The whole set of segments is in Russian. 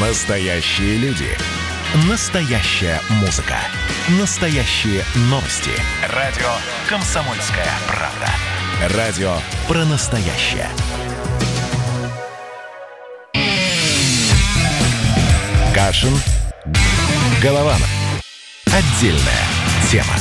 Настоящие люди. Настоящая музыка. Настоящие новости. Радио «Комсомольская правда». Радио про настоящее. Кашин, Голованов. Отдельная тема.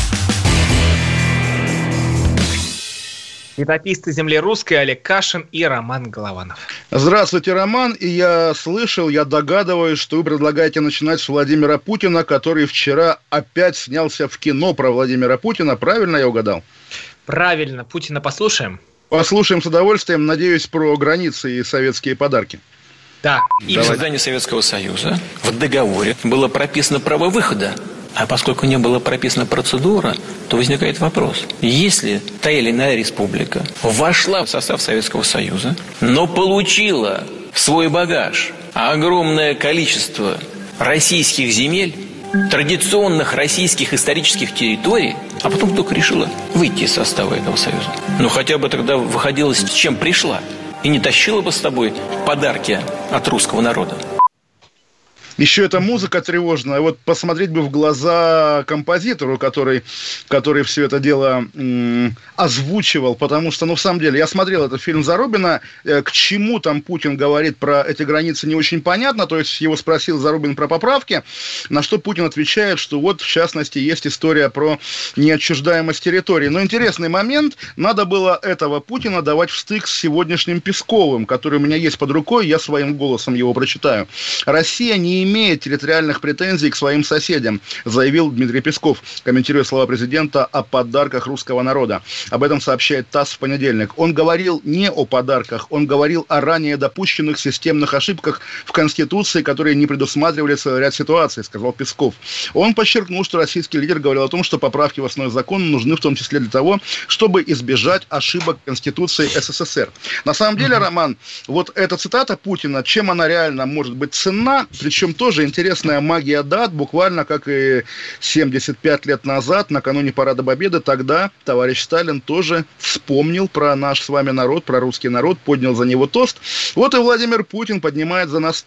Летописцы земли русской Олег Кашин и Роман Голованов. Здравствуйте, Роман. И я догадываюсь, что вы предлагаете начинать с Владимира Путина, который вчера опять снялся в кино про Владимира Путина. Правильно я угадал? Правильно. Путина послушаем? Послушаем с удовольствием. Надеюсь, про границы и советские подарки. Да. При создании Советского Союза в договоре было прописано право выхода. А поскольку не была прописана процедура, то возникает вопрос. Если та или иная республика вошла в состав Советского Союза, но получила в свой багаж огромное количество российских земель, традиционных российских исторических территорий, а потом только решила выйти из состава этого союза, ну хотя бы тогда выходила с чем пришла и не тащила бы с собой подарки от русского народа. Еще эта музыка тревожная. Вот посмотреть бы в глаза композитору, который все это дело озвучивал. Потому что, в самом деле, я смотрел этот фильм Зарубина. К чему там Путин говорит про эти границы, не очень понятно. То есть его спросил Зарубин про поправки, на что Путин отвечает, что вот, в частности, есть история про неотчуждаемость территории. Но интересный момент. Надо было этого Путина давать в стык с сегодняшним Песковым, который у меня есть под рукой. Я своим голосом его прочитаю. Россия не имеет территориальных претензий к своим соседям, заявил Дмитрий Песков, комментируя слова президента о подарках русского народа. Об этом сообщает ТАСС в понедельник. Он говорил не о подарках, он говорил о ранее допущенных системных ошибках в Конституции, которые не предусматривали ряд ситуаций, сказал Песков. Он подчеркнул, что российский лидер говорил о том, что поправки в основной закон нужны в том числе для того, чтобы избежать ошибок Конституции СССР. На самом деле, Роман, вот эта цитата Путина, чем она реально может быть ценна, причем тоже интересная магия дат, буквально как и 75 лет назад, накануне Парада Победы, тогда товарищ Сталин тоже вспомнил про наш с вами народ, про русский народ, поднял за него тост. Вот и Владимир Путин поднимает за нас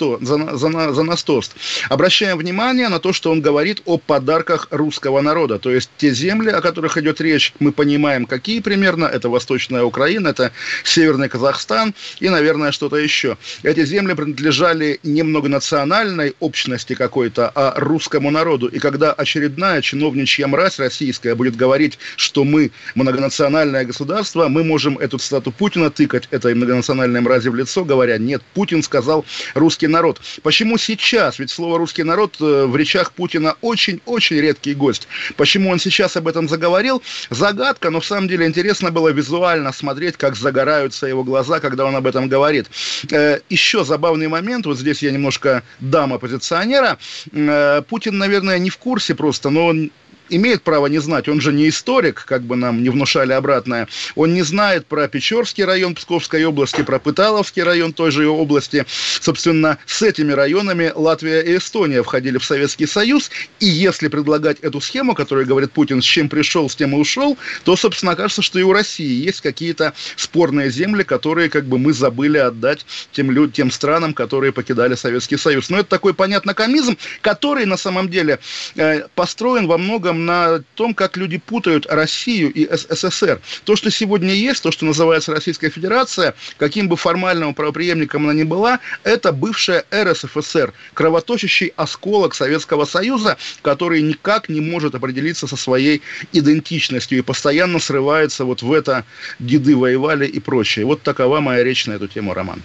тост. Обращаем внимание на то, что он говорит о подарках русского народа, то есть те земли, о которых идет речь, мы понимаем, какие примерно, это Восточная Украина, это Северный Казахстан и, наверное, что-то еще. Эти земли принадлежали не многонациональной общности какой-то, а русскому народу. И когда очередная чиновничья мразь российская будет говорить, что мы многонациональное государство, мы можем эту цитату Путина тыкать этой многонациональной мрази в лицо, говоря, нет, Путин сказал русский народ. Почему сейчас? Ведь слово русский народ в речах Путина очень-очень редкий гость. Почему он сейчас об этом заговорил? Загадка, но в самом деле интересно было визуально смотреть, как загораются его глаза, когда он об этом говорит. Еще забавный момент, вот здесь я немножко дам оппозиционера. Путин, наверное, не в курсе просто, но он имеет право не знать, он же не историк, как бы нам не внушали обратное. Он не знает про Печорский район Псковской области, про Пыталовский район той же области. Собственно, с этими районами Латвия и Эстония входили в Советский Союз. И если предлагать эту схему, которую говорит Путин, с чем пришел, с тем и ушел, то, собственно, кажется, что и у России есть какие-то спорные земли, которые как бы мы забыли отдать тем странам, которые покидали Советский Союз. Но это такой понятнокомизм, который на самом деле построен во многом на том, как люди путают Россию и СССР. То, что сегодня есть, то, что называется Российская Федерация, каким бы формальным правопреемником она ни была, это бывшая РСФСР, кровоточащий осколок Советского Союза, который никак не может определиться со своей идентичностью и постоянно срывается вот в это «деды воевали» и прочее. Вот такова моя речь на эту тему, Роман.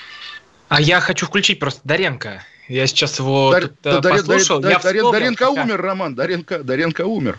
А я хочу включить просто Доренко. Я сейчас его послушал. Доренко умер, Роман. Доренко умер.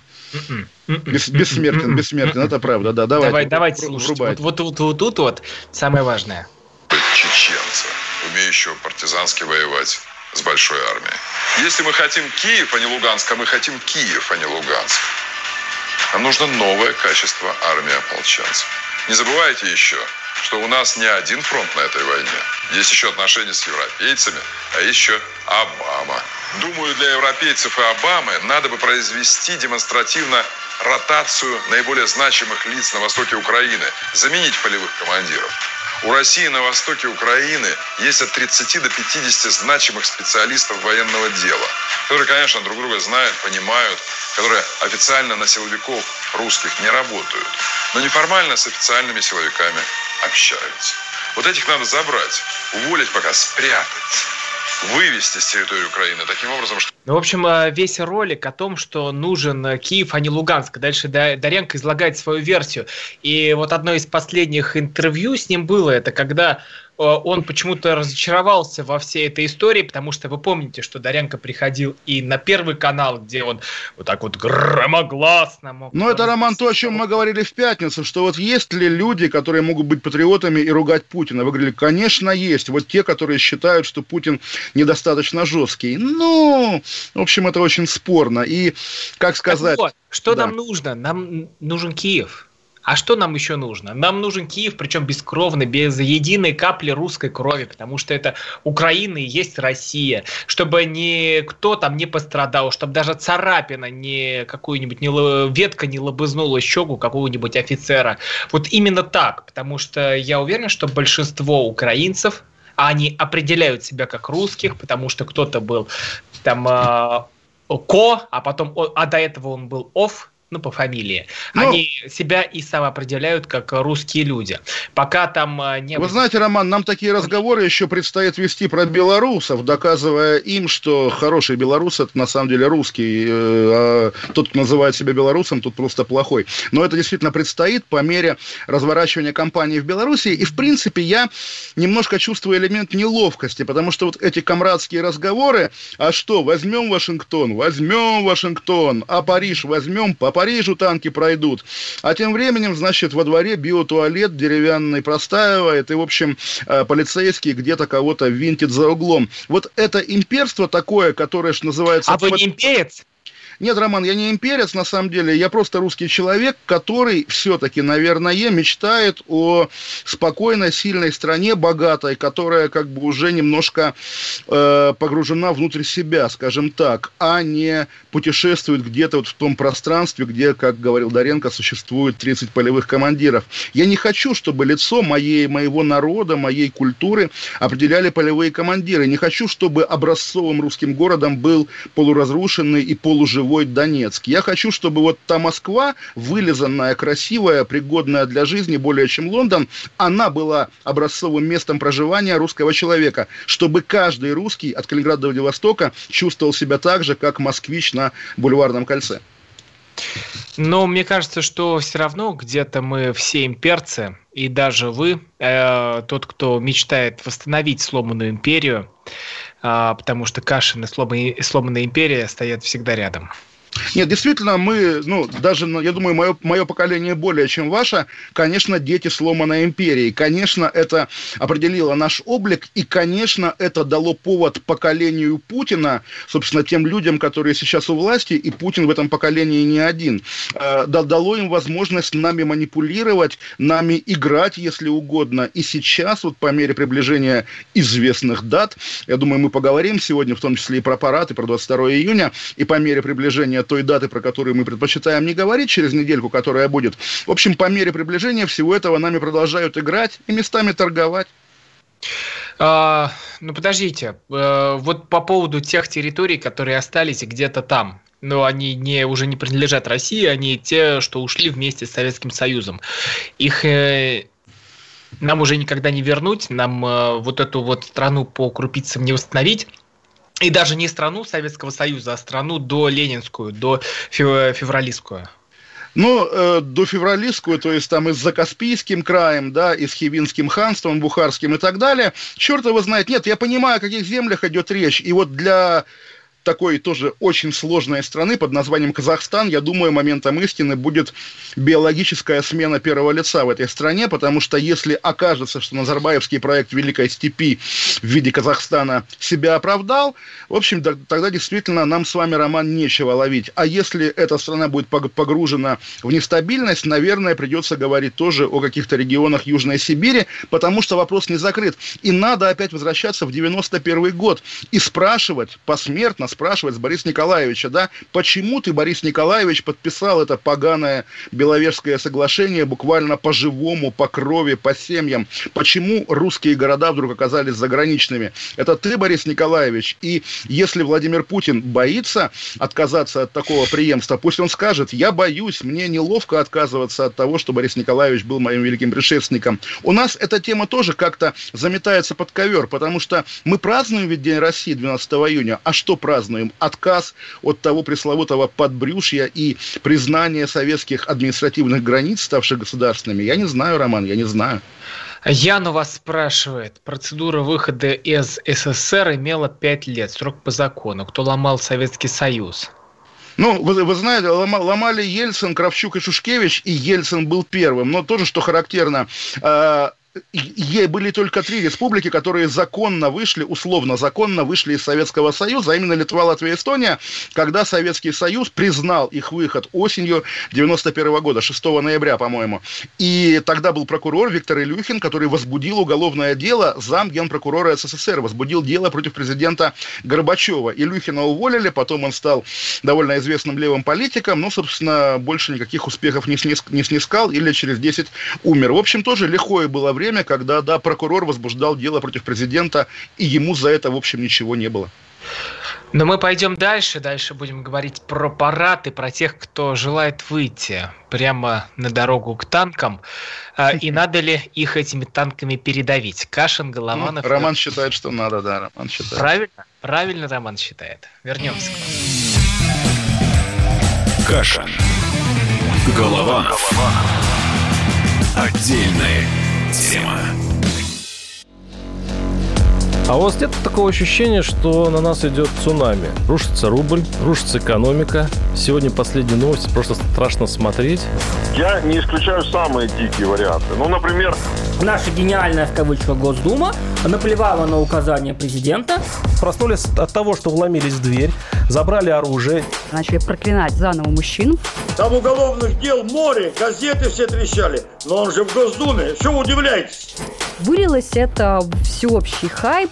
Бессмертен, это правда. Да, давайте слушать. Вот тут самое важное. Чеченца, умеющего партизански воевать с большой армией. Если мы хотим Киев, а не Луганск, а мы хотим Киев, а не Луганск, нам нужно новое качество армии ополченцев. Не забывайте еще, что у нас не один фронт на этой войне. Есть еще отношения с европейцами, а есть еще Обама. Думаю, для европейцев и Обамы надо бы произвести демонстративно ротацию наиболее значимых лиц на востоке Украины, заменить полевых командиров. У России на востоке Украины есть от 30 до 50 значимых специалистов военного дела, которые, конечно, друг друга знают, понимают, которые официально на силовиков русских не работают, но неформально с официальными силовиками общаются. Вот этих надо забрать, уволить пока, спрятать, вывести с территории Украины таким образом, что... Ну, в общем, весь ролик о том, что нужен Киев, а не Луганск. Дальше Доренко излагает свою версию. И вот одно из последних интервью с ним было, это когда он почему-то разочаровался во всей этой истории, потому что вы помните, что Доренко приходил и на Первый канал, где он вот так вот громогласно мог... Ну, это, Роман, то, о чем мы говорили в пятницу, что вот есть ли люди, которые могут быть патриотами и ругать Путина? Вы говорили, конечно, есть. Вот те, которые считают, что Путин недостаточно жесткий. Ну, в общем, это очень спорно. И, как сказать... Вот, что нам нужно? Нам нужен Киев. А что нам еще нужно? Нам нужен Киев, причем бескровный, без единой капли русской крови, потому что это Украина и есть Россия. Чтобы никто там не пострадал, чтобы даже царапина, какую-нибудь ветка не лобызнула щеку какого-нибудь офицера. Вот именно так, потому что я уверен, что большинство украинцев, они определяют себя как русских, потому что кто-то был там Ко, а до этого он был Ов, ну, по фамилии. Они себя и самоопределяют как русские люди. Пока там не... Вы знаете, Роман, нам такие разговоры еще предстоит вести про белорусов, доказывая им, что хороший белорус – это на самом деле русский, а тот, кто называет себя белорусом, тот просто плохой. Но это действительно предстоит по мере разворачивания кампании в Беларуси. И, в принципе, я немножко чувствую элемент неловкости, потому что вот эти камрадские разговоры, а что, возьмем Вашингтон, а Париж возьмем, по Парижу танки пройдут. А тем временем, значит, во дворе биотуалет деревянный простаивает, и, в общем, полицейский где-то кого-то винтит за углом. Вот это имперство такое, которое, что называется... А вы не имперец? Нет, Роман, я не имперец, на самом деле, я просто русский человек, который все-таки, наверное, мечтает о спокойной, сильной стране, богатой, которая как бы уже немножко погружена внутрь себя, скажем так, а не путешествует где-то вот в том пространстве, где, как говорил Доренко, существует 30 полевых командиров. Я не хочу, чтобы лицо моего народа, моей культуры определяли полевые командиры. Не хочу, чтобы образцовым русским городом был полуразрушенный и полуживой Донецк. Я хочу, чтобы вот та Москва, вылизанная, красивая, пригодная для жизни более чем Лондон, она была образцовым местом проживания русского человека, чтобы каждый русский от Калининграда до Владивостока чувствовал себя так же, как москвич на Бульварном кольце. Но мне кажется, что все равно где-то мы все имперцы, и даже вы, тот, кто мечтает восстановить сломанную империю, потому что Кашин и сломанная империя стоят всегда рядом. Нет, действительно, мы, даже, я думаю, мое поколение более чем ваше, конечно, дети сломанной империи. Конечно, это определило наш облик, и, конечно, это дало повод поколению Путина, собственно, тем людям, которые сейчас у власти, и Путин в этом поколении не один, дало им возможность нами манипулировать, нами играть, если угодно. И сейчас, вот по мере приближения известных дат, я думаю, мы поговорим сегодня, в том числе и про парад, и про 22 июня, и по мере приближения той даты, про которую мы предпочитаем не говорить, через недельку, которая будет. В общем, по мере приближения всего этого нами продолжают играть и местами торговать. Подождите, вот по поводу тех территорий, которые остались где-то там, но они уже не принадлежат России, они те, что ушли вместе с Советским Союзом. Их нам уже никогда не вернуть, нам вот эту вот страну по крупицам не восстановить. И даже не страну Советского Союза, а страну доленинскую, до февралистскую. До февралистскую, то есть там и с Закаспийским краем, да, и с Хивинским ханством, Бухарским и так далее. Черт его знает. Нет, я понимаю, о каких землях идет речь. И вот для такой тоже очень сложной страны под названием Казахстан, я думаю, моментом истины будет биологическая смена первого лица в этой стране, потому что если окажется, что Назарбаевский проект Великой Степи в виде Казахстана себя оправдал, в общем, тогда действительно нам с вами, Роман, нечего ловить. А если эта страна будет погружена в нестабильность, наверное, придется говорить тоже о каких-то регионах Южной Сибири, потому что вопрос не закрыт. И надо опять возвращаться в 91 год и спрашивать, посмертно спрашивать с Бориса Николаевича, да, почему ты, Борис Николаевич, подписал это поганое Беловежское соглашение буквально по-живому, по крови, по семьям? Почему русские города вдруг оказались заграничными? Это ты, Борис Николаевич. И если Владимир Путин боится отказаться от такого преемства, пусть он скажет: я боюсь, мне неловко отказываться от того, что Борис Николаевич был моим великим предшественником. У нас эта тема тоже как-то заметается под ковер, потому что мы празднуем ведь День России 12 июня. А что празднуем? Отказ от того пресловутого подбрюшья и признание советских административных границ, ставших государственными? Я не знаю, Роман, я не знаю. Яну вас спрашивает. Процедура выхода из СССР имела 5 лет. Срок по закону. Кто ломал Советский Союз? Ну, вы знаете, ломали Ельцин, Кравчук и Шушкевич, и Ельцин был первым. Но тоже, что характерно, были только 3 республики, которые законно вышли, условно законно вышли из Советского Союза, а именно Литва, Латвия и Эстония, когда Советский Союз признал их выход осенью 91 года, 6 ноября, по-моему. И тогда был прокурор Виктор Илюхин, который возбудил уголовное дело, зам генпрокурора СССР, возбудил дело против президента Горбачева. Илюхина уволили, потом он стал довольно известным левым политиком, но, собственно, больше никаких успехов не снискал или через 10 умер. В общем, тоже лихое было время, когда, да, прокурор возбуждал дело против президента, и ему за это, в общем, ничего не было. Но мы пойдем дальше. Дальше будем говорить про парад и про тех, кто желает выйти прямо на дорогу к танкам. И надо ли их этими танками передавить? Кашин, Голованов... Ну, Роман считает, что надо, да, Роман считает. Правильно? Правильно Роман считает. Вернемся к вам. Кашин, Голованов. Отдельная тема. А у вас нет такого ощущения, что на нас идет цунами? Рушится рубль, рушится экономика. Сегодня последние новости, просто страшно смотреть. Я не исключаю самые дикие варианты. Ну, например... Наша гениальная, в кавычках, Госдума наплевала на указания президента. Проснулись от того, что вломились в дверь, забрали оружие. Начали проклинать заново мужчин. Там уголовных дел море, газеты все трещали. Но он же в Госдуме, что вы удивляетесь? Вылилось это в всеобщий хайп.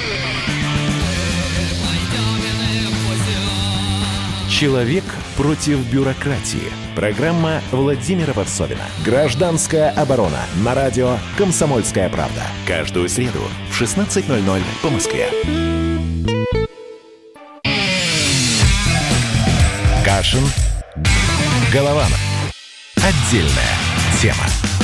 Человек против бюрократии. Программа Владимира Варсовина. Гражданская оборона. На радио «Комсомольская правда». Каждую среду в 16:00 по Москве. Кашин, Голованов. Отдельная тема.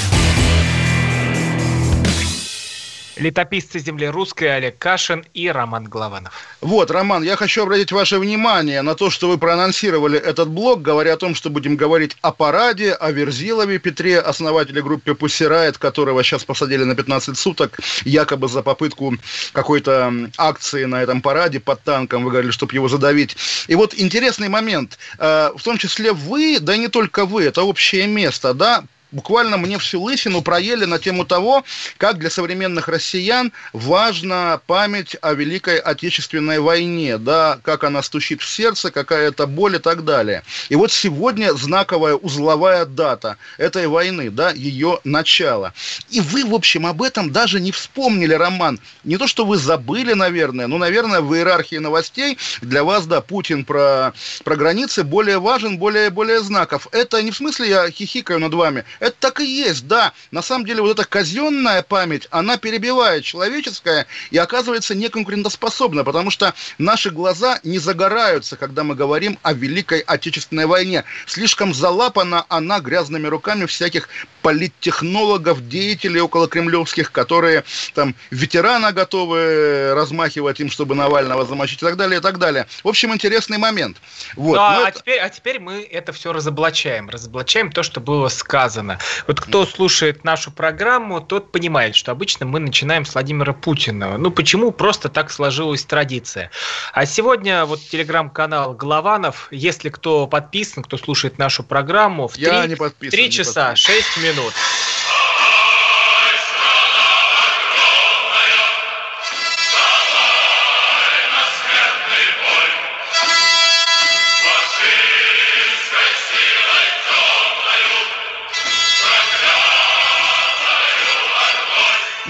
Летописцы земли русской Олег Кашин и Роман Голованов. Вот, Роман, я хочу обратить ваше внимание на то, что вы проанонсировали этот блог, говоря о том, что будем говорить о параде, о Верзилове Петре, основателе группы Pussy Riot, которого сейчас посадили на 15 суток, якобы за попытку какой-то акции на этом параде под танком, вы говорили, чтобы его задавить. И вот интересный момент, в том числе вы, да и не только вы, это общее место, да, буквально мне всю лысину проели на тему того, как для современных россиян важна память о Великой Отечественной войне, да, как она стучит в сердце, какая это боль и так далее. И вот сегодня знаковая узловая дата этой войны, да, ее начало. И вы, в общем, об этом даже не вспомнили, Роман. Не то, что вы забыли, наверное, но, наверное, в иерархии новостей для вас, да, Путин про границы более важен, более знаков. Это не в смысле я хихикаю над вами. Это так и есть, да. На самом деле вот эта казенная память, она перебивает человеческое и оказывается неконкурентоспособна, потому что наши глаза не загораются, когда мы говорим о Великой Отечественной войне. Слишком залапана она грязными руками всяких политтехнологов, деятелей околокремлевских, которые там ветерана готовы размахивать им, чтобы Навального замочить и так далее, и так далее. В общем, интересный момент. Вот. Теперь мы это все разоблачаем. Разоблачаем то, что было сказано. Вот кто слушает нашу программу, тот понимает, что обычно мы начинаем с Владимира Путина. Ну, почему? Просто так сложилась традиция. А сегодня вот телеграм-канал Голованов, если кто подписан, кто слушает нашу программу, в 3 часа 6 минут.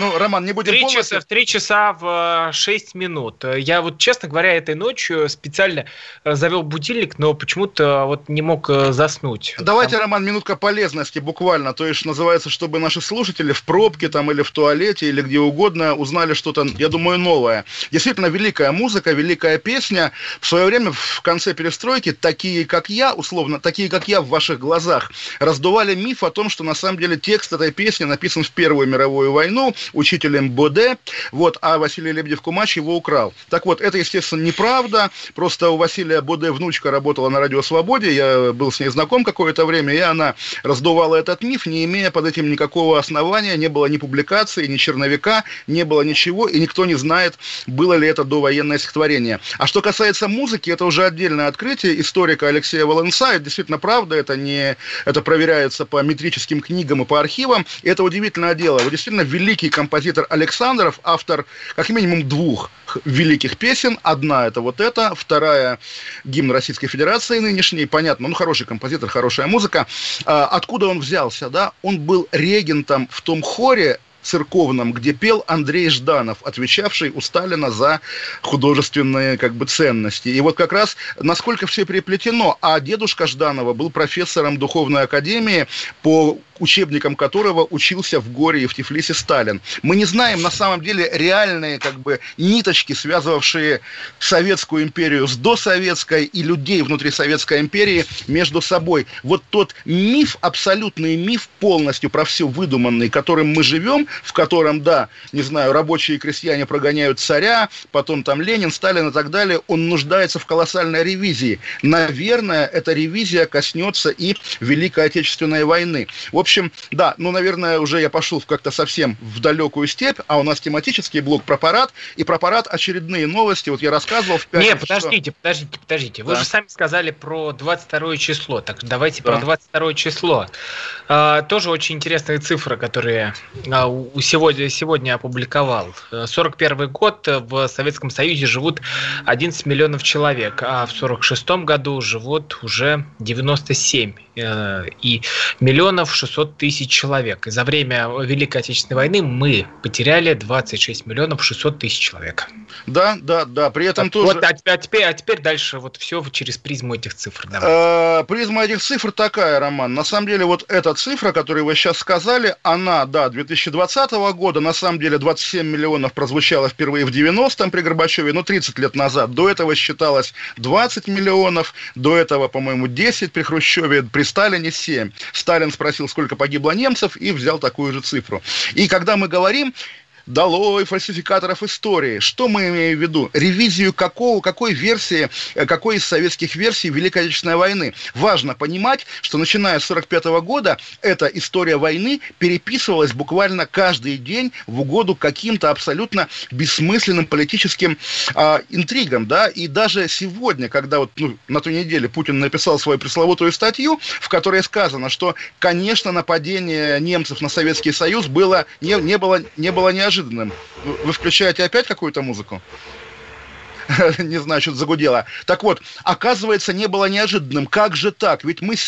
Ну, Роман, не будем полностью... 3 часа в 6 минут. Я вот, честно говоря, этой ночью специально завел будильник, но почему-то вот не мог заснуть. Давайте, Роман, минутка полезности буквально. То есть, называется, чтобы наши слушатели в пробке там или в туалете, или где угодно узнали что-то, я думаю, новое. Действительно, великая музыка, великая песня. В свое время, в конце перестройки, такие, как я, условно, такие, как я в ваших глазах, раздували миф о том, что на самом деле текст этой песни написан в Первую мировую войну учителем Боде, вот, а Василий Лебедев-Кумач его украл. Так вот, это, естественно, неправда. Просто у Василия Боде внучка работала на Радио Свободе, я был с ней знаком какое-то время, и она раздувала этот миф, не имея под этим никакого основания, не было ни публикации, ни черновика, не было ничего, и никто не знает, было ли это довоенное стихотворение. А что касается музыки, это уже отдельное открытие историка Алексея Волынца, это действительно правда, это проверяется по метрическим книгам и по архивам, и это удивительное дело. Вот действительно великий композитор Александров, автор как минимум 2 великих песен, одна это вот эта, вторая гимн Российской Федерации нынешней, понятно, ну хороший композитор, хорошая музыка. Откуда он взялся, да? Он был регентом в том хоре церковном, где пел Андрей Жданов, отвечавший у Сталина за художественные ценности. И вот как раз насколько все переплетено, а дедушка Жданова был профессором Духовной академии, по учебникам которого учился в Горе и в Тифлисе Сталин. Мы не знаем на самом деле реальные ниточки, связывавшие Советскую империю с досоветской и людей внутри Советской империи между собой. Вот тот миф, абсолютный миф, полностью про все выдуманный, которым мы живем, в котором, да, не знаю, рабочие и крестьяне прогоняют царя, потом там Ленин, Сталин и так далее, он нуждается в колоссальной ревизии. Наверное, эта ревизия коснется и Великой Отечественной войны. В общем, да, наверное, уже я пошел как-то совсем в далекую степь, а у нас тематический блок про парад, и про парад очередные новости. Вот я рассказывал в пятницу. Не, подождите. Вы же сами сказали про 22 число, так давайте про 22 число. Тоже очень интересные цифры, которые сегодня опубликовал. 41 год в Советском Союзе живут 11 миллионов человек, а в 46 году живут уже 97 и миллионов 600 тысяч человек. И за время Великой Отечественной войны мы потеряли 26 миллионов 600 тысяч человек. Да, при этом тоже... Вот, а теперь дальше вот все через призму этих цифр. Призма этих цифр такая, Роман. На самом деле вот эта цифра, которую вы сейчас сказали, она, 2020 года, на самом деле 27 миллионов прозвучало впервые в 90-м при Горбачеве, 30 лет назад. До этого считалось 20 миллионов, до этого, по-моему, 10 при Хрущеве, при Сталине 7. Сталин спросил, сколько погибло немцев, и взял такую же цифру. И когда мы говорим долой фальсификаторов истории. Что мы имеем в виду? Ревизию какой версии, какой из советских версий Великой Отечественной войны. Важно понимать, что начиная с 1945 года эта история войны переписывалась буквально каждый день в угоду каким-то абсолютно бессмысленным политическим интригам. Да? И даже сегодня, когда на той неделе Путин написал свою пресловутую статью, в которой сказано, что, конечно, нападение немцев на Советский Союз не было неожиданным. Вы включаете опять какую-то музыку? Не знаю, что-то загудело. Так вот, оказывается, не было неожиданным. Как же так? Ведь мы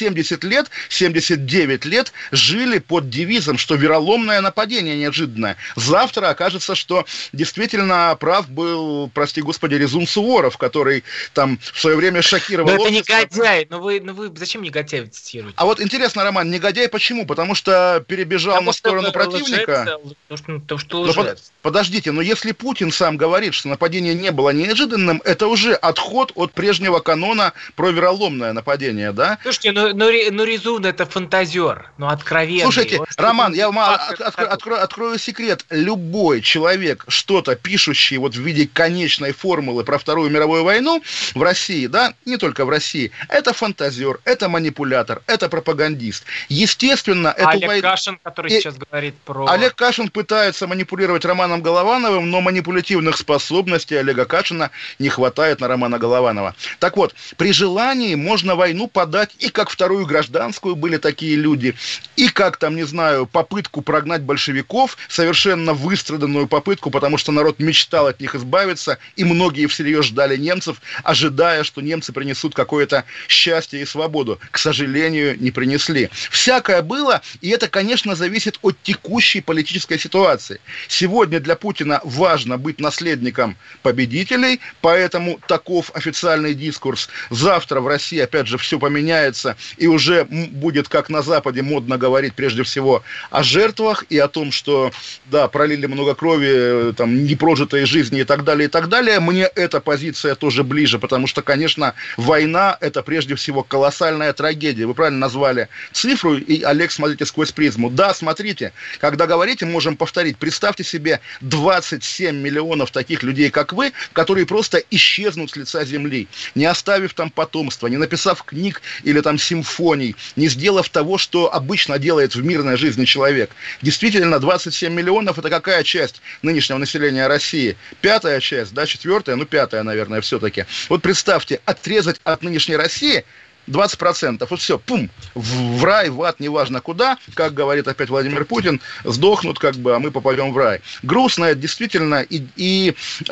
79 лет жили под девизом, что вероломное нападение неожиданное. Завтра окажется, что действительно прав был, прости господи, Резун Суворов, который там в свое время шокировал... Но это негодяй. Но вы зачем негодяя цитируете? А вот интересно, Роман, негодяй почему? Потому что перебежал на сторону противника? Подождите, но если Путин сам говорит, что нападение не было неожиданным, это уже отход от прежнего канона про вероломное нападение, да? Слушайте, но Резун это фантазер, откровенный. Слушайте, Роман, я вам открою секрет. Любой человек, что-то пишущий в виде конечной формулы про Вторую мировую войну в России, да, не только в России, это фантазер, это манипулятор, это пропагандист. Естественно, Олег Кашин, который сейчас говорит про... Олег Кашин пытается манипулировать Романом Головановым, но манипулятивных способностей Олега Кашина не хватает на Романа Голованова. Так вот, при желании можно войну подать и как Вторую гражданскую были такие люди, и как там, не знаю, попытку прогнать большевиков, совершенно выстраданную попытку, потому что народ мечтал от них избавиться, и многие всерьез ждали немцев, ожидая, что немцы принесут какое-то счастье и свободу. К сожалению, не принесли. Всякое было, и это, конечно, зависит от текущей политической ситуации. Сегодня для Путина важно быть наследником победителей, поэтому таков официальный дискурс. Завтра в России, опять же, все поменяется, и уже будет, как на Западе, модно говорить прежде всего о жертвах и о том, что, да, пролили много крови, там, непрожитой жизни и так далее, и так далее. Мне эта позиция тоже ближе, потому что, конечно, война – это прежде всего колоссальная трагедия. Вы правильно назвали цифру, и, Олег, смотрите сквозь призму. Да, смотрите, когда говорите, можем повторить. Представьте себе 27 миллионов таких людей, как вы, которые просто исчезнут с лица земли, не оставив там потомства, не написав книг или там симфоний, не сделав того, что обычно делает в мирной жизни человек. Действительно, 27 миллионов – это какая часть нынешнего населения России? 5-я часть, да, 4-я, 5-я, наверное, все-таки. Вот представьте, отрезать от нынешней России 20%. Вот все, пум, в рай, в ад, неважно куда, как говорит опять Владимир Путин, сдохнут, как бы, а мы попадем в рай. Грустно это действительно, и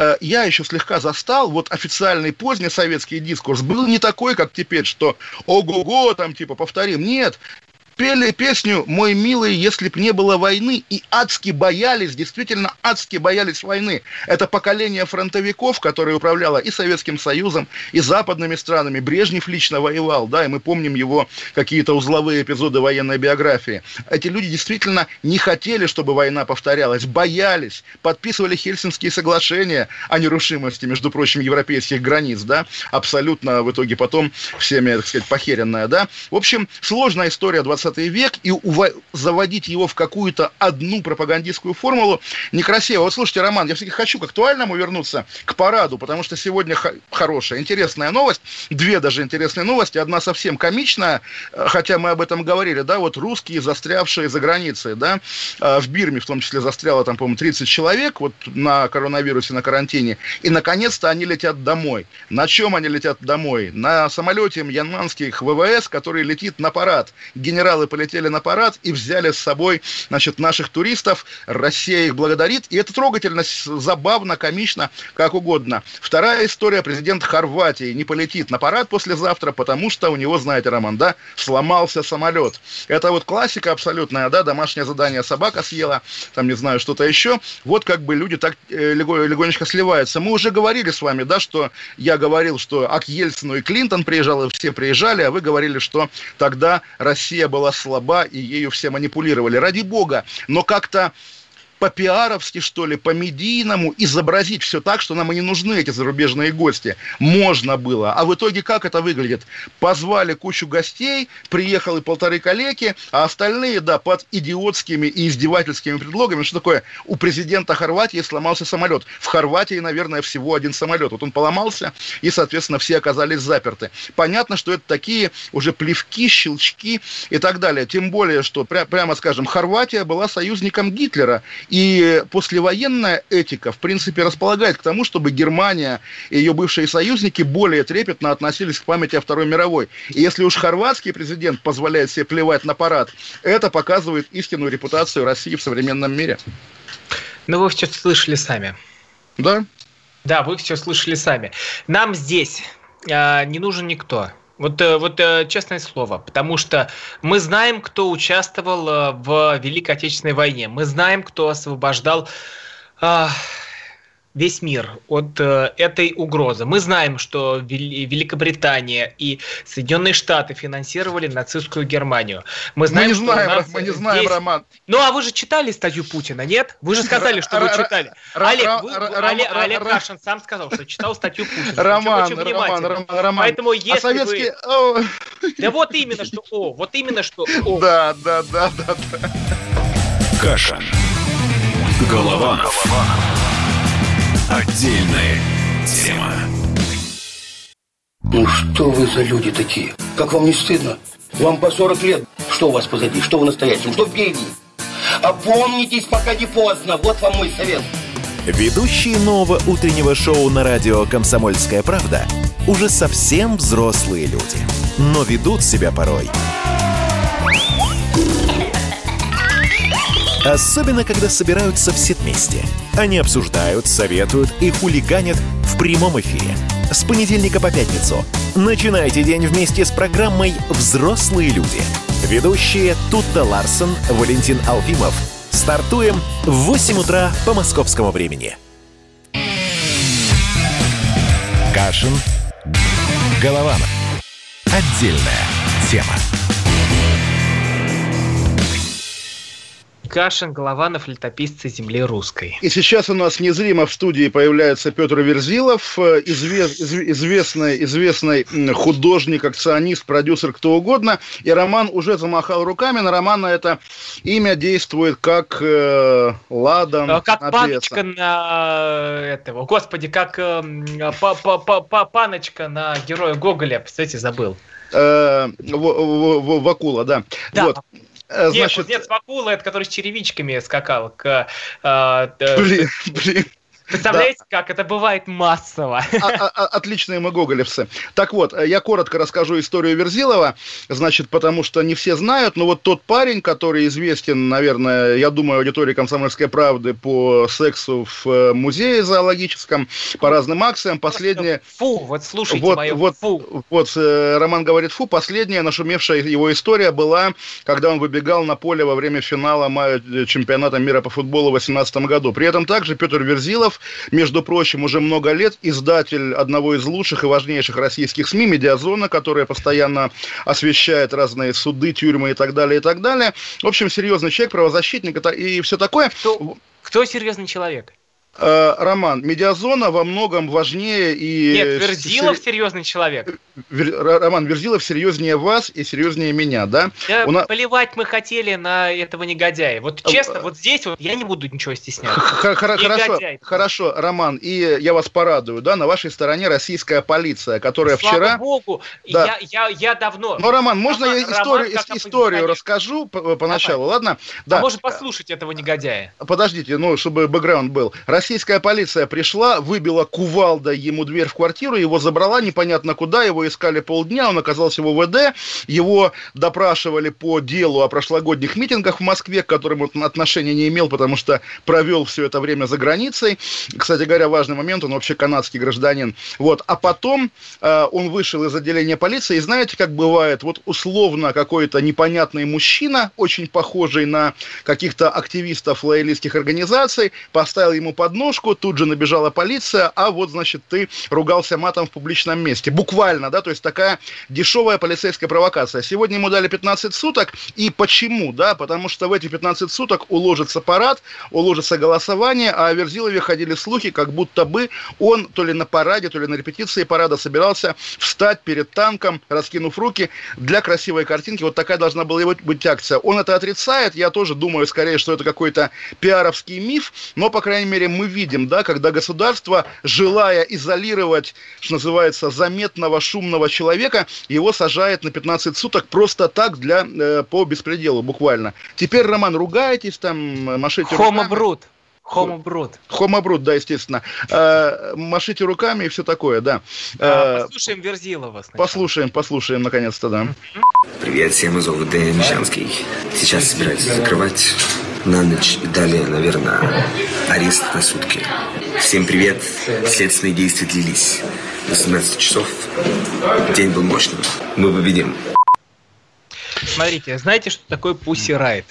я еще слегка застал, вот официальный поздний советский дискурс был не такой, как теперь, что ого-го, там типа повторим, нет. Пели песню «Мой милый, если б не было войны», и адски боялись, действительно адски боялись войны. Это поколение фронтовиков, которое управляло и Советским Союзом, и западными странами. Брежнев лично воевал, да, и мы помним его какие-то узловые эпизоды военной биографии. Эти люди действительно не хотели, чтобы война повторялась, боялись, подписывали Хельсинские соглашения о нерушимости, между прочим, европейских границ, да, абсолютно в итоге потом всеми, так сказать, похеренная, да. В общем, сложная история 20 век, и заводить его в какую-то одну пропагандистскую формулу некрасиво. Вот слушайте, Роман, я все-таки хочу к актуальному вернуться, к параду, потому что сегодня хорошая, интересная новость, две даже интересные новости, одна совсем комичная, хотя мы об этом говорили, да, вот русские, застрявшие за границей, да, в Бирме в том числе застряло там, по-моему, 30 человек, вот на коронавирусе, на карантине, и наконец-то они летят домой. На чем они летят домой? На самолете мьянманских ВВС, который летит на парад. Генералы полетели на парад и взяли с собой, значит, наших туристов. Россия их благодарит. И это трогательно, забавно, комично, как угодно. Вторая история. Президент Хорватии не полетит на парад послезавтра, потому что у него, знаете, Роман, да, сломался самолет. Это вот классика абсолютная, да, домашнее задание собака съела, там, не знаю, что-то еще. Вот как бы люди так легонечко сливаются. Мы уже говорили с вами, да, что я говорил, что к Ельцину и Клинтон приезжал, и все приезжали, а вы говорили, что тогда Россия была слаба, и ею все манипулировали. Ради бога, но как-то по-пиаровски, что ли, по-медийному изобразить все так, что нам и не нужны эти зарубежные гости. Можно было. А в итоге как это выглядит? Позвали кучу гостей, приехал и 1,5 калеки, а остальные, да, под идиотскими и издевательскими предлогами. Что такое? У президента Хорватии сломался самолет. В Хорватии, наверное, всего один самолет. Вот он поломался, и, соответственно, все оказались заперты. Понятно, что это такие уже плевки, щелчки и так далее. Тем более, что, прямо скажем, Хорватия была союзником Гитлера. И послевоенная этика, в принципе, располагает к тому, чтобы Германия и ее бывшие союзники более трепетно относились к памяти о Второй мировой. И если уж хорватский президент позволяет себе плевать на парад, это показывает истинную репутацию России в современном мире. Ну, вы все слышали сами. Да? Да, вы все слышали сами. Нам здесь не нужен никто. Вот честное слово, потому что мы знаем, кто участвовал в Великой Отечественной войне, мы знаем, кто освобождал весь мир от этой угрозы. Мы знаем, что Великобритания и Соединенные Штаты финансировали нацистскую Германию. Мы не знаем, Роман. Ну, а вы же читали статью Путина, нет? Вы же сказали, что вы читали. Олег Кашин сам сказал, что читал статью Путина. Роман. Поэтому если вы... Да вот именно что... Да. Кашин. Голованов. Отдельная тема. Ну что вы за люди такие? Как вам не стыдно? Вам по 40 лет. Что у вас позади? Что вы настоящем? Что впереди? Опомнитесь, пока не поздно. Вот вам мой совет. Ведущие нового утреннего шоу на радио «Комсомольская правда» уже совсем взрослые люди, но ведут себя порой. Особенно, когда собираются все вместе. Они обсуждают, советуют и хулиганят в прямом эфире. С понедельника по пятницу. Начинайте день вместе с программой «Взрослые люди». Ведущие Тутта Ларсон, Валентин Алфимов. Стартуем в 8 утра по московскому времени. Кашин, Голованов. Отдельная тема. Кашин, Голованов, летописцы земли русской. И сейчас у нас незримо в студии появляется Петр Верзилов, известный художник, акционист, продюсер, кто угодно. И Роман уже замахал руками. На Романа это имя действует как ладан. Как паночка на этого. Господи, как паночка на героя Гоголя. Представляете, забыл. Вакула, да. Вот. Значит... Нет, Вакула, это который с черевичками скакал. Блин. Представляете, да. Как это бывает массово. Отличные мы гоголевцы. Так вот, я коротко расскажу историю Верзилова, значит, потому что не все знают, но вот тот парень, который известен, наверное, я думаю, аудитории «Комсомольской правды» по сексу в музее зоологическом, по разным акциям, последнее... Фу, вот слушайте мое фу. Вот, Роман говорит фу, последняя нашумевшая его история была, когда он выбегал на поле во время финала чемпионата мира по футболу в 2018 году. При этом также Петр Верзилов, между прочим, уже много лет издатель одного из лучших и важнейших российских СМИ «Медиазона», которая постоянно освещает разные суды, тюрьмы и так далее, и так далее. В общем, серьезный человек, правозащитник и все такое. Кто серьезный человек? Роман, «Медиазона» во многом важнее и... Нет, Верзилов серьезный человек. Роман, Верзилов серьезнее вас и серьезнее меня, да? Да, поливать мы хотели на этого негодяя. Вот честно, вот здесь вот я не буду ничего стесняться. Хорошо, Роман, и я вас порадую, да, на вашей стороне российская полиция, которая вчера... Слава богу, да. я давно... Ну, Роман, можно я историю расскажу поначалу, ладно? Да. А может послушать этого негодяя? Подождите, чтобы бэкграунд был. Российская полиция пришла, выбила кувалдой ему дверь в квартиру, его забрала непонятно куда, его искали полдня, он оказался в ОВД, его допрашивали по делу о прошлогодних митингах в Москве, к которым он отношения не имел, потому что провел все это время за границей. Кстати говоря, важный момент, он вообще канадский гражданин. Вот. А потом он вышел из отделения полиции, и знаете, как бывает, вот условно какой-то непонятный мужчина, очень похожий на каких-то активистов лоялистских организаций, поставил ему подножку, тут же набежала полиция, а вот, значит, ты ругался матом в публичном месте. Буквально, да, то есть такая дешевая полицейская провокация. Сегодня ему дали 15 суток, и почему, да, потому что в эти 15 суток уложится парад, уложится голосование, а о Верзилове ходили слухи, как будто бы он то ли на параде, то ли на репетиции парада собирался встать перед танком, раскинув руки для красивой картинки. Вот такая должна была быть акция. Он это отрицает, я тоже думаю, скорее, что это какой-то пиаровский миф, но, по крайней мере, мы видим, да, когда государство, желая изолировать, что называется, заметного, шумного человека, его сажает на 15 суток просто так по беспределу, буквально. Теперь, Роман, ругаетесь, там, машите руками. Хомобрут, да, естественно. Машите руками и все такое, да. Послушаем Верзилова сначала. Послушаем, наконец-то, да. Привет всем из ОВД Мещанский. Сейчас собираюсь закрывать на ночь и далее, наверное, арест на сутки. Всем привет. Следственные действия длились до 17 часов. День был мощным. Мы победим. Смотрите, знаете, что такое Pussy Riot?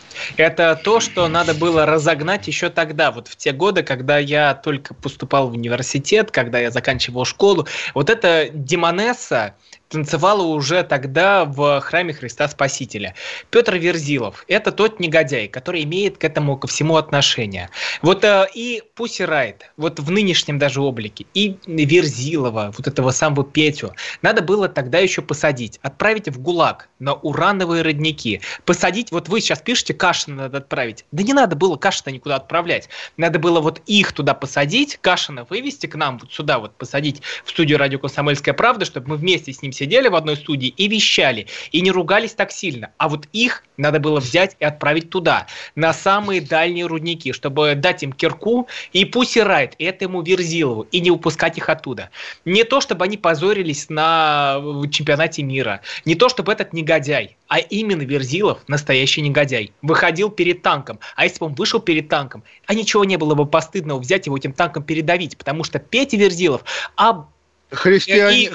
Это то, что надо было разогнать еще тогда, вот в те годы, когда я только поступал в университет, когда я заканчивал школу. Вот эта демонесса танцевала уже тогда в храме Христа Спасителя. Петр Верзилов – это тот негодяй, который имеет к этому ко всему отношение. Вот и Pussy Riot, вот в нынешнем даже облике, и Верзилова, вот этого самого Петю, надо было тогда еще посадить, отправить в ГУЛАГ на урановые родники. Посадить, вот вы сейчас пишете, Кашина надо отправить. Да не надо было Кашина никуда отправлять. Надо было вот их туда посадить, Кашина вывести к нам вот сюда вот посадить в студию «Радио Комсомольская правда», чтобы мы вместе с ним сидели в одной студии и вещали, и не ругались так сильно. А вот их надо было взять и отправить туда, на самые дальние рудники, чтобы дать им кирку и Pussy Riot, и этому Верзилову, и не упускать их оттуда. Не то, чтобы они позорились на чемпионате мира, не то, чтобы этот негодяй, а именно Верзилов, настоящий негодяй, выходил перед танком. А если бы он вышел перед танком, а ничего не было бы постыдного взять его этим танком передавить, потому что Петя Верзилов... Христианин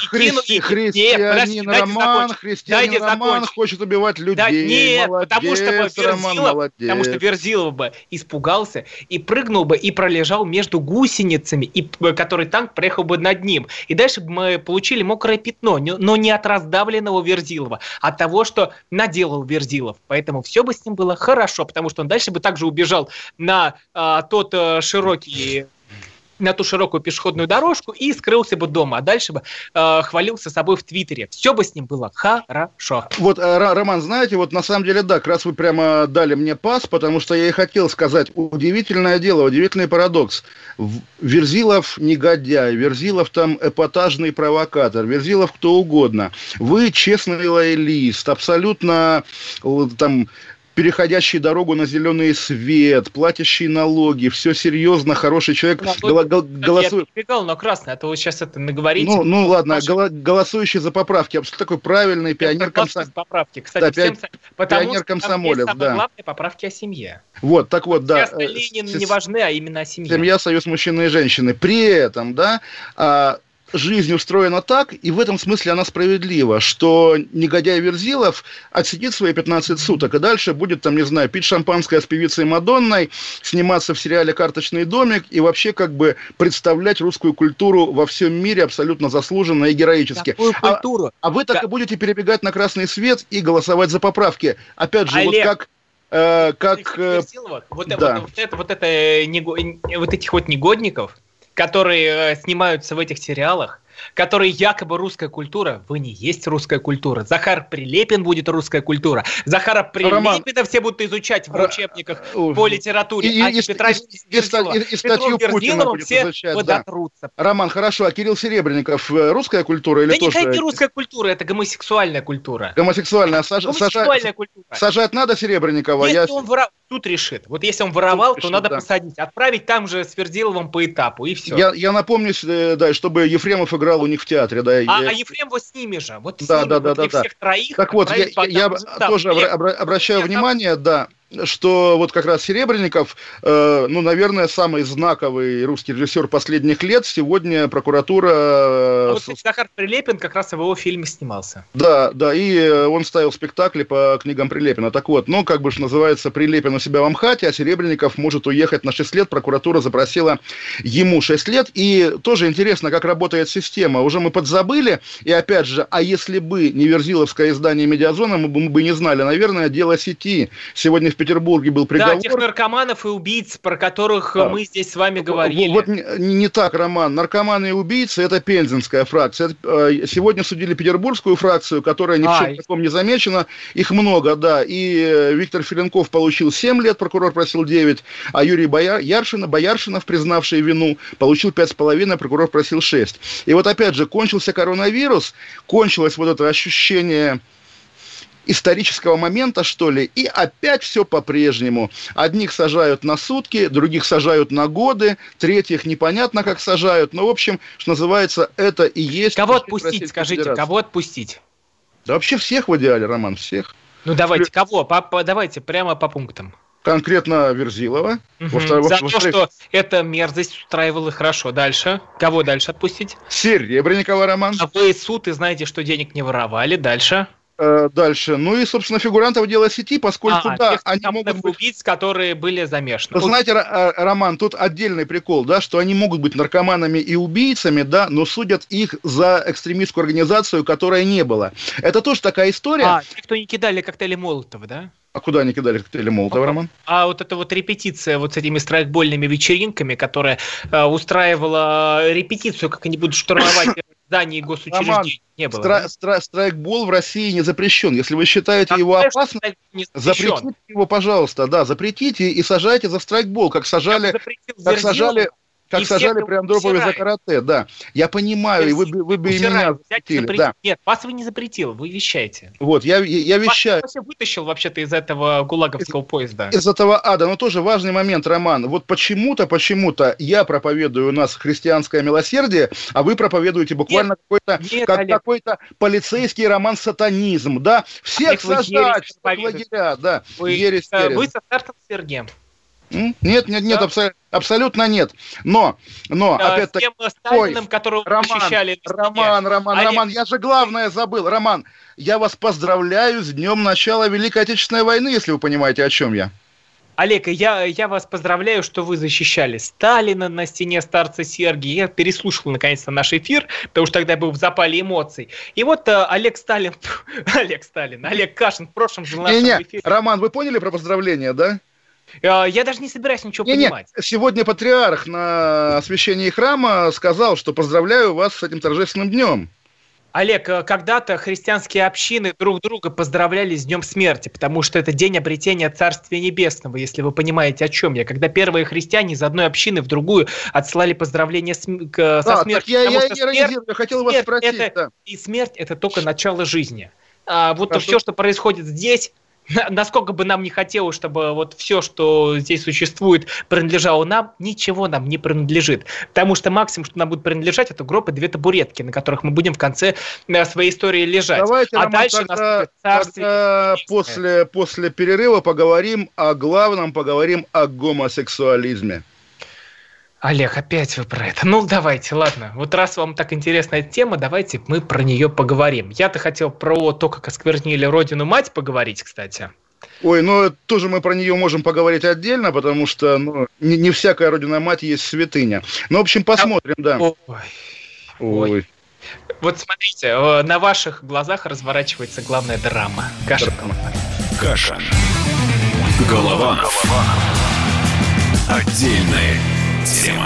Роман хочет убивать людей. Да, нет, молодец, потому что Верзилов бы испугался и прыгнул бы и пролежал между гусеницами, и который танк проехал бы над ним. И дальше бы мы получили мокрое пятно, но не от раздавленного Верзилова, а от того, что наделал Верзилов. Поэтому все бы с ним было хорошо, потому что он дальше бы также убежал на на ту широкую пешеходную дорожку и скрылся бы дома, а дальше бы хвалился собой в Твиттере. Все бы с ним было хорошо. Вот, Роман, знаете, вот на самом деле, да, как раз вы прямо дали мне пас, потому что я и хотел сказать, удивительное дело, удивительный парадокс. Верзилов негодяй, Верзилов там эпатажный провокатор, Верзилов кто угодно. Вы честный лоялист, абсолютно там... переходящий дорогу на зеленый свет, платящий налоги, все серьезно, хороший человек. Я перебегал на красный, а то вы сейчас это наговорите. Ну ладно, голосующий за поправки, абсолютно такой правильный пионер-комсомолец. Кстати, пионер-комсомолец, да. Самые главные поправки о семье. Вот, так вот, да. Сейчас остальные не важны, а именно о семье. Семья, союз мужчины и женщины. При этом, да, жизнь устроена так, и в этом смысле она справедлива, что негодяй Верзилов отсидит свои 15 суток, и дальше будет, там, не знаю, пить шампанское с певицей Мадонной, сниматься в сериале «Карточный домик» и вообще как бы представлять русскую культуру во всем мире абсолютно заслуженно и героически. Какую культуру? А вы так и будете перебегать на красный свет и голосовать за поправки. Опять же, Олег, вот этих вот негодников, которые снимаются в этих сериалах, которые якобы русская культура, вы не есть русская культура. Захар Прилепин будет русская культура. Захара Прилепина все будут изучать в учебниках по литературе. И статью Путина будет изучать. Подотрутся. Роман, хорошо, а Кирилл Серебренников русская культура или тоже? Да не русская культура, это гомосексуальная культура. Гомосексуальная. Сажать надо Серебренникова? Если он суд решит. Вот если он воровал, то надо посадить. Отправить там же с Верзиловым по этапу, и все. Я напомню, да, чтобы Ефремов играл у них в театре. Да, а Ефремова с ними же. Вот с ними, всех троих. Так вот, я тоже обращаю внимание, да, что вот как раз Серебренников, наверное, самый знаковый русский режиссер последних лет. Сегодня прокуратура... Захар Прилепин как раз в его фильме снимался. Да, и он ставил спектакли по книгам Прилепина. Так вот, как бы называется, Прилепин у себя в МХАТе, а Серебренников может уехать на 6 лет. Прокуратура запросила ему 6 лет. И тоже интересно, как работает система. Уже мы подзабыли. И опять же, а если бы не верзиловское издание «Медиазона», мы бы не знали. Наверное, дело сети. Сегодня в Петербурге был приговор. Да, тех наркоманов и убийц, про которых мы здесь с вами говорили. Вот не так, Роман. Наркоманы и убийцы – это пензенская фракция. Сегодня судили петербургскую фракцию, которая ни в чем таком не замечена. Их много, да. И Виктор Филенков получил 7 лет, прокурор просил 9, а Юрий Бояршинов, признавший вину, получил 5,5, прокурор просил 6. И вот опять же, кончился коронавирус, кончилось вот это ощущение исторического момента, что ли, и опять все по-прежнему. Одних сажают на сутки, других сажают на годы, третьих непонятно как сажают. Ну, в общем, что называется, это и есть... Кого отпустить, скажите, кого отпустить? Да вообще всех в идеале, Роман, всех. Ну, давайте, кого? Давайте прямо по пунктам. Конкретно Верзилова. За то, что эта мерзость устраивала хорошо. Дальше. Кого дальше отпустить? Серебренникова, Роман. А вы суд и знаете, что денег не воровали. Дальше. Дальше. Ну и, собственно, фигурантов дела сети, поскольку, да, они могут быть... убийц, которые были замешаны. Вы знаете, Роман, тут отдельный прикол, да, что они могут быть наркоманами и убийцами, да, но судят их за экстремистскую организацию, которой не было. Это тоже такая история. Те, кто не кидали коктейли Молотова, да? А куда они кидали коктейли Молотова, Роман? А вот эта вот репетиция вот с этими страйкбольными вечеринками, которая устраивала репетицию, как они будут штурмовать зданий госучреждений, не было. Страйкбол в России не запрещен. Если вы считаете его опасным, запретите его, пожалуйста, да, запретите и сажайте за страйкбол, как сажали как сажали при Андропове за карате, да. Я понимаю, и вы бы и меня запретили. Да. Нет, вас вы не запретил, вы вещаете. Вот, я вещаю. Вас вытащил вообще-то из этого гулаговского поезда. Из этого ада. Но тоже важный момент, Роман. Вот почему-то я проповедую у нас христианское милосердие, а вы проповедуете буквально какой-то полицейский роман-сатанизм, да? Всех сажать в лагеря, да. Вы со стартом Сергеем. Нет, абсолютно нет. Но опять-таки... С тем Сталиным, которого вы защищали. Роман, я же главное забыл. Роман, я вас поздравляю с днем начала Великой Отечественной войны, если вы понимаете, о чем я. Олег, я вас поздравляю, что вы защищали Сталина на стене старца Сергия. Я переслушал наконец-то наш эфир, потому что тогда я был в запале эмоций. И вот Олег Кашин в прошлом же нашем эфире... Роман, вы поняли про поздравления, да? Я даже не собираюсь ничего понимать. Сегодня патриарх на освящении храма сказал, что поздравляю вас с этим торжественным днем. Олег, когда-то христианские общины друг друга поздравляли с Днем Смерти, потому что это день обретения Царствия Небесного, если вы понимаете, о чем я. Когда первые христиане из одной общины в другую отсылали поздравления со смертью. Я хотел вас спросить. И смерть – это только начало жизни. Все, что происходит здесь... Насколько бы нам не хотелось, чтобы вот все, что здесь существует, принадлежало нам, ничего нам не принадлежит. Потому что максимум, что нам будет принадлежать, это гроб и 2 табуретки, на которых мы будем в конце своей истории лежать. Давайте, Роман, дальше после перерыва поговорим о главном, поговорим о гомосексуализме. Олег, опять вы про это. Ну, давайте, ладно. Вот раз вам так интересна эта тема, давайте мы про нее поговорим. Я-то хотел про то, как осквернили родину-мать поговорить, кстати. Ой, тоже мы про нее можем поговорить отдельно, потому что не всякая родина-мать есть святыня. В общем, посмотрим, да. Ой. Вот смотрите, на ваших глазах разворачивается главная драма. Кашин. Голованов. Отдельная тема.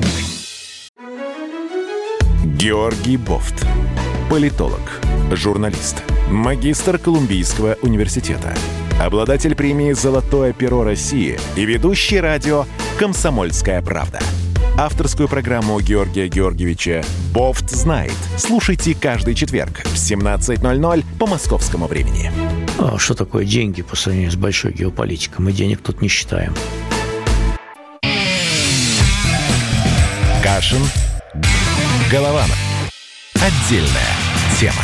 Георгий Бофт. Политолог, журналист, магистр Колумбийского университета, обладатель премии «Золотое перо России» и ведущий радио «Комсомольская правда». Авторскую программу Георгия Георгиевича «Бофт знает». Слушайте каждый четверг в 17:00 по московскому времени. Что такое деньги по сравнению с большой геополитикой? Мы денег тут не считаем. Кашин, Голованов. Отдельная тема.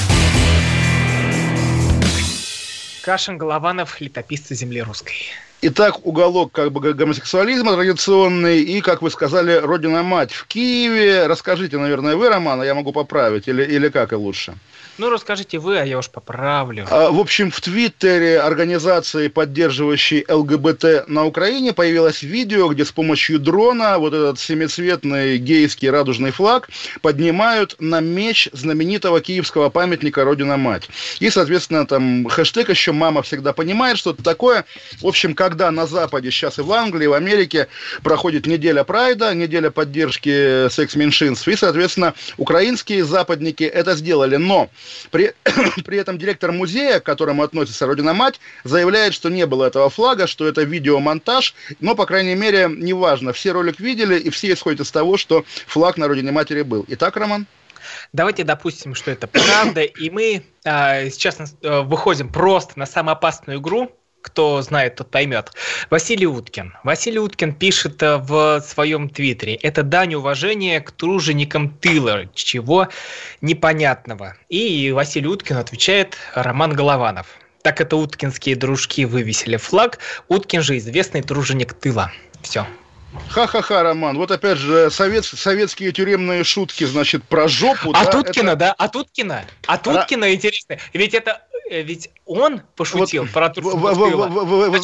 Кашин, Голованов, летописцы земли русской. Итак, уголок гомосексуализма традиционный и, как вы сказали, родина-мать в Киеве. Расскажите, наверное, вы, Роман, а я могу поправить, или как и лучше? Расскажите вы, а я уж поправлю. В общем, в Твиттере организации, поддерживающей ЛГБТ на Украине, появилось видео, где с помощью дрона вот этот семицветный гейский радужный флаг поднимают на меч знаменитого киевского памятника «Родина-мать». И, соответственно, там хэштег еще «Мама всегда понимает», что-то такое. В общем, когда на Западе, сейчас и в Англии, и в Америке проходит неделя прайда, неделя поддержки секс-меньшинств, и, соответственно, украинские западники это сделали. Но при этом директор музея, к которому относится Родина-мать, заявляет, что не было этого флага, что это видеомонтаж, но, по крайней мере, неважно, все ролик видели, и все исходят из того, что флаг на родине матери был. Итак, Роман? Давайте допустим, что это правда, и мы сейчас выходим просто на самую опасную игру. Кто знает, тот поймет. Василий Уткин. Василий Уткин пишет в своем твиттере: это дань уважения к труженикам тыла, чего непонятного. И Василий Уткин отвечает: Роман Голованов. Так это уткинские дружки вывесили флаг. Уткин же известный труженик тыла. Все. Ха-ха-ха, Роман. Вот опять же советские тюремные шутки, значит, про жопу. От Уткина, да? От Уткина интересно. Ведь он пошутил про вы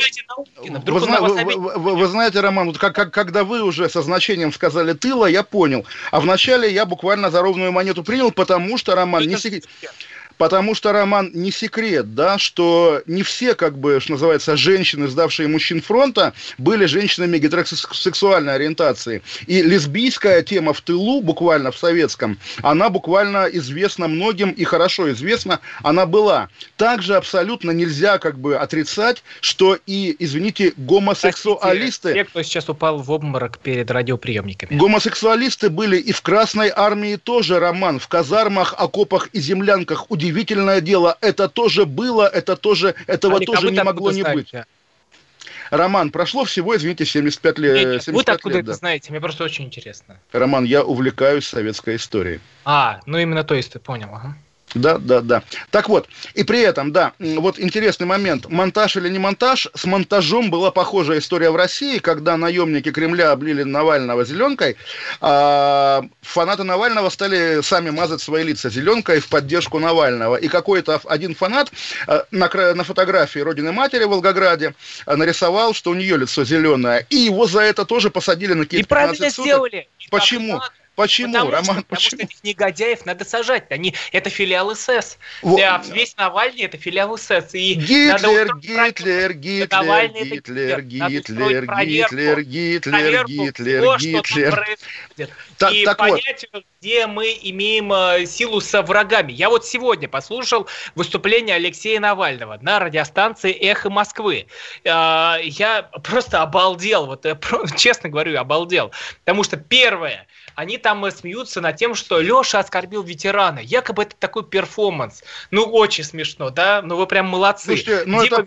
знаете, Роман, вот когда вы уже со значением сказали «тыла», я понял. А вначале я буквально за ровную монету принял, потому что, Роман, Потому что, Роман, не секрет, да, что не все, как бы, что называется, женщины, сдавшие мужчин фронта, были женщинами гетеросексуальной ориентации. И лесбийская тема в тылу, буквально в советском, она буквально известна многим и хорошо известна, она была. Также абсолютно нельзя, как бы, отрицать, что и, извините, гомосексуалисты... Те, кто сейчас упал в обморок перед радиоприемниками. Гомосексуалисты были и в Красной армии тоже, Роман, в казармах, окопах и землянках. Удивительное дело, это тоже было, этого тоже не могло не быть. Роман, прошло всего, извините, 75 лет. Нет, вы откуда это знаете? Мне просто очень интересно. Роман, я увлекаюсь советской историей. Ну именно то есть ты понял, ага. Да. Так вот, и при этом, да, вот интересный момент. Монтаж или не монтаж? С монтажом была похожая история в России, когда наемники Кремля облили Навального зеленкой, а фанаты Навального стали сами мазать свои лица зеленкой в поддержку Навального. И какой-то один фанат на фотографии Родины Матери в Волгограде нарисовал, что у нее лицо зеленое. И его за это тоже посадили на какие-то 15 суток. Сделали. Почему? Почему, Роман? Потому что этих негодяев надо сажать. Это филиал СС. Весь Навальный это филиал СС. И Гитлер. И понять, где мы имеем силу со врагами. Я вот сегодня послушал выступление Алексея Навального на радиостанции «Эхо Москвы». Я просто обалдел. Вот честно говорю, обалдел. Потому что первое, они там смеются над тем, что Леша оскорбил ветерана. Якобы это такой перформанс. Очень смешно, да? Вы прям молодцы. Слушайте, это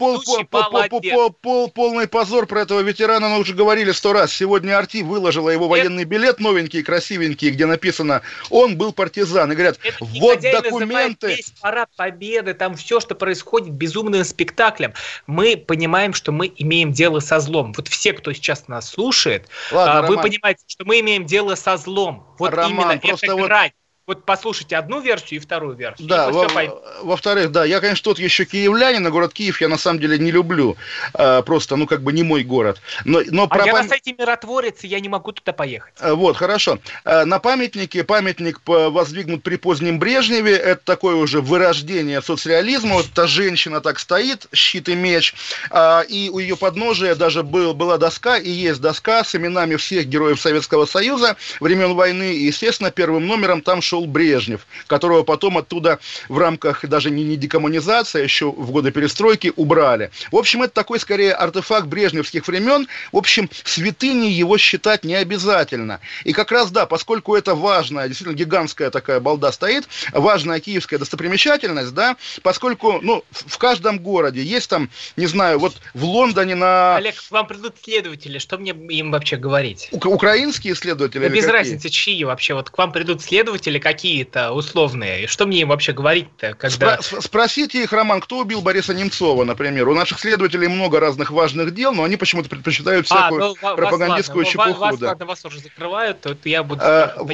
полный позор про этого ветерана. Мы уже говорили 100 раз. Сегодня Арти выложила его военный билет новенький, красивенький, где написано «Он был партизан». И говорят, вот документы. Весь парад Победы, там все, что происходит, безумным спектаклем. Мы понимаем, что мы имеем дело со злом. Вот все, кто сейчас нас слушает, вы понимаете, что мы имеем дело со злом. Вот Роман, именно это грань. Вот послушайте одну версию и вторую версию. Да, во-вторых, да, я, конечно, тот еще киевлянин, а город Киев я на самом деле не люблю. Просто, не мой город. Но я на сайте миротворец, и я не могу туда поехать. Вот, хорошо. На памятник воздвигнут при позднем Брежневе. Это такое уже вырождение соцреализма. Вот эта женщина так стоит, щит и меч. И у ее подножия даже была доска, и есть доска с именами всех героев Советского Союза времен войны. И, естественно, первым номером там шел Брежнев, которого потом оттуда в рамках даже не декоммунизации, а еще в годы перестройки убрали. В общем, это такой, скорее, артефакт брежневских времен. В общем, святыней его считать не обязательно. И как раз, да, поскольку это важная, действительно гигантская такая балда стоит, важная киевская достопримечательность, да, поскольку, в каждом городе есть там, не знаю, вот в Лондоне Олег, к вам придут следователи, что мне им вообще говорить? Украинские следователи? Без разницы, чьи вообще. Вот к вам придут следователи какие-то условные. И что мне им вообще говорить-то, когда... Спросите их, Роман, кто убил Бориса Немцова, например. У наших следователей много разных важных дел, но они почему-то предпочитают всякую пропагандистскую чепуху. Вас уже закрывают, то я буду...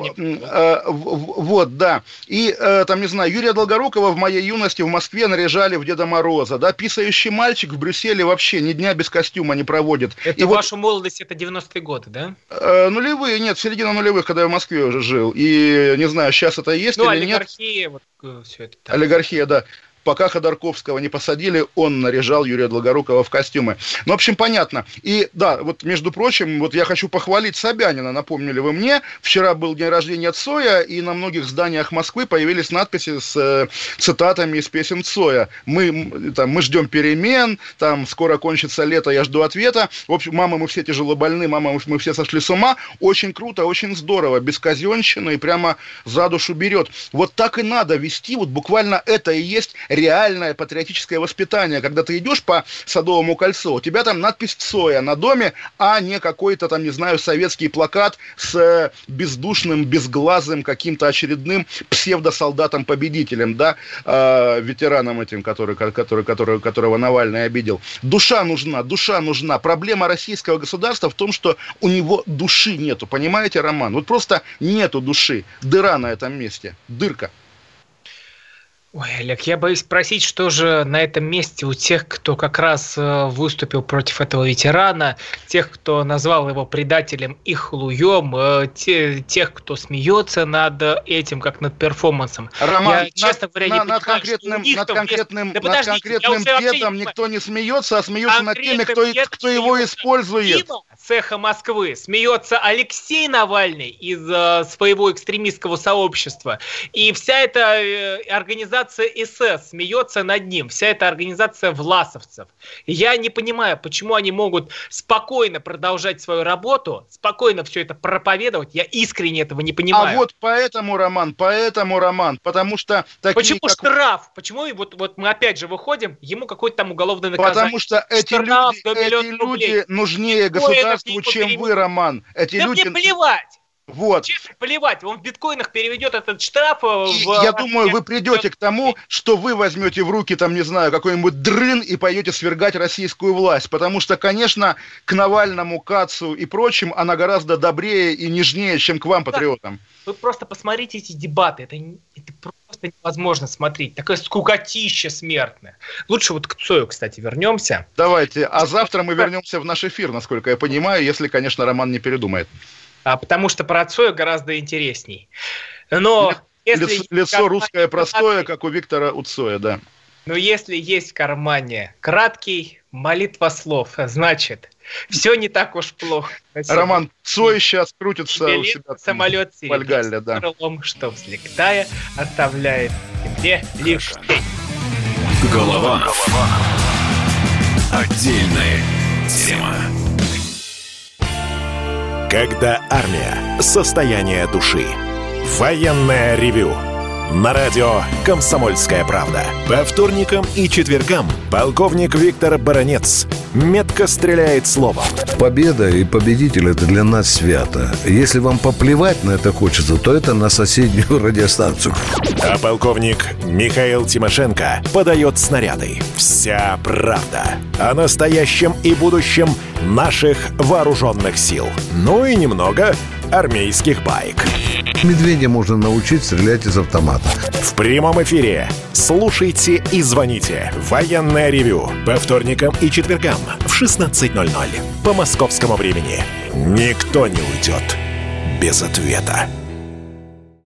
Вот, да. И, там, не знаю, Юрия Долгорукова в моей юности в Москве наряжали в Деда Мороза, да. Писающий мальчик в Брюсселе вообще ни дня без костюма не проводит. Это вашу молодость, это 90-е годы, да? Нулевые, нет, середина нулевых, когда я в Москве уже жил. И, не знаю, сейчас это есть или олигархия, нет. Все это. Олигархия, да. Пока Ходорковского не посадили, он наряжал Юрия Долгорукова в костюмы. В общем, понятно. И да, вот, между прочим, вот я хочу похвалить Собянина, напомнили вы мне. Вчера был день рождения Цоя, и на многих зданиях Москвы появились надписи с цитатами из песен Цоя. Мы ждем перемен, там, скоро кончится лето, я жду ответа. В общем, мама, мы все тяжело больны, мама, мы все сошли с ума. Очень круто, очень здорово, без казенщины, и прямо за душу берет. Вот так и надо вести, вот буквально это и есть реальное патриотическое воспитание, когда ты идешь по Садовому кольцу, у тебя там надпись Цоя на доме, а не какой-то там, не знаю, советский плакат с бездушным, безглазым каким-то очередным псевдосолдатом-победителем, да, ветераном этим, которого Навальный обидел. Душа нужна. Проблема российского государства в том, что у него души нету, понимаете, Роман? Вот просто нету души, дыра на этом месте, дырка. Ой, Олег, я боюсь спросить, что же на этом месте у тех, кто как раз выступил против этого ветерана, тех, кто назвал его предателем и халуем, тех, кто смеется над этим, как над перформансом. Роман, я, честно говоря, не над конкретным дедом никто не смеется, а смеются над теми, кто его использует. Цеха Москвы смеется Алексей Навальный из своего экстремистского сообщества. И вся эта организация СС смеется над ним. Вся эта организация власовцев. Я не понимаю, почему они могут спокойно продолжать свою работу, спокойно все это проповедовать. Я искренне этого не понимаю. А вот поэтому, Роман, потому что... Почему штраф? Почему вот мы опять же выходим, ему какое-то там уголовное наказание? Потому что эти люди нужнее государству, чем вы, Роман. Мне плевать. Вот. Честно, плевать. Он в биткоинах переведет этот штраф. Я думаю, вы придете к тому, что вы возьмете в руки, там, не знаю, какой-нибудь дрын и пойдете свергать российскую власть. Потому что, конечно, к Навальному, Кацу и прочим она гораздо добрее и нежнее, чем к вам, патриотам. Вы просто посмотрите эти дебаты. Это просто невозможно смотреть. Такое скукотища смертное. Лучше вот к Цою, кстати, вернемся. Давайте. А завтра мы вернемся в наш эфир, насколько я понимаю, если, конечно, Роман не передумает. Потому что про Цоя гораздо интересней. Но лицо русское простое, как у Виктора Цоя, да. Но если есть в кармане краткий молитвослов, значит, все не так уж плохо. Спасибо. Роман, Цой сейчас крутится у себя самолет в Вальгалле, да. Крылом, что взлетая, оставляет в земле лишь тень. Голованов. Отдельная тема. Когда армия. Состояние души. Военное ревю. На радио «Комсомольская правда». По вторникам и четвергам полковник Виктор Баранец метко стреляет словом. Победа и победитель – это для нас свято. Если вам поплевать на это хочется, то это на соседнюю радиостанцию. А полковник Михаил Тимошенко подает снаряды. Вся правда о настоящем и будущем наших вооруженных сил. Ну и немного армейских баек. Медведя можно научить стрелять из автомата. В прямом эфире слушайте и звоните. Военное ревю по вторникам и четвергам в 16:00 по московскому времени. Никто не уйдет без ответа.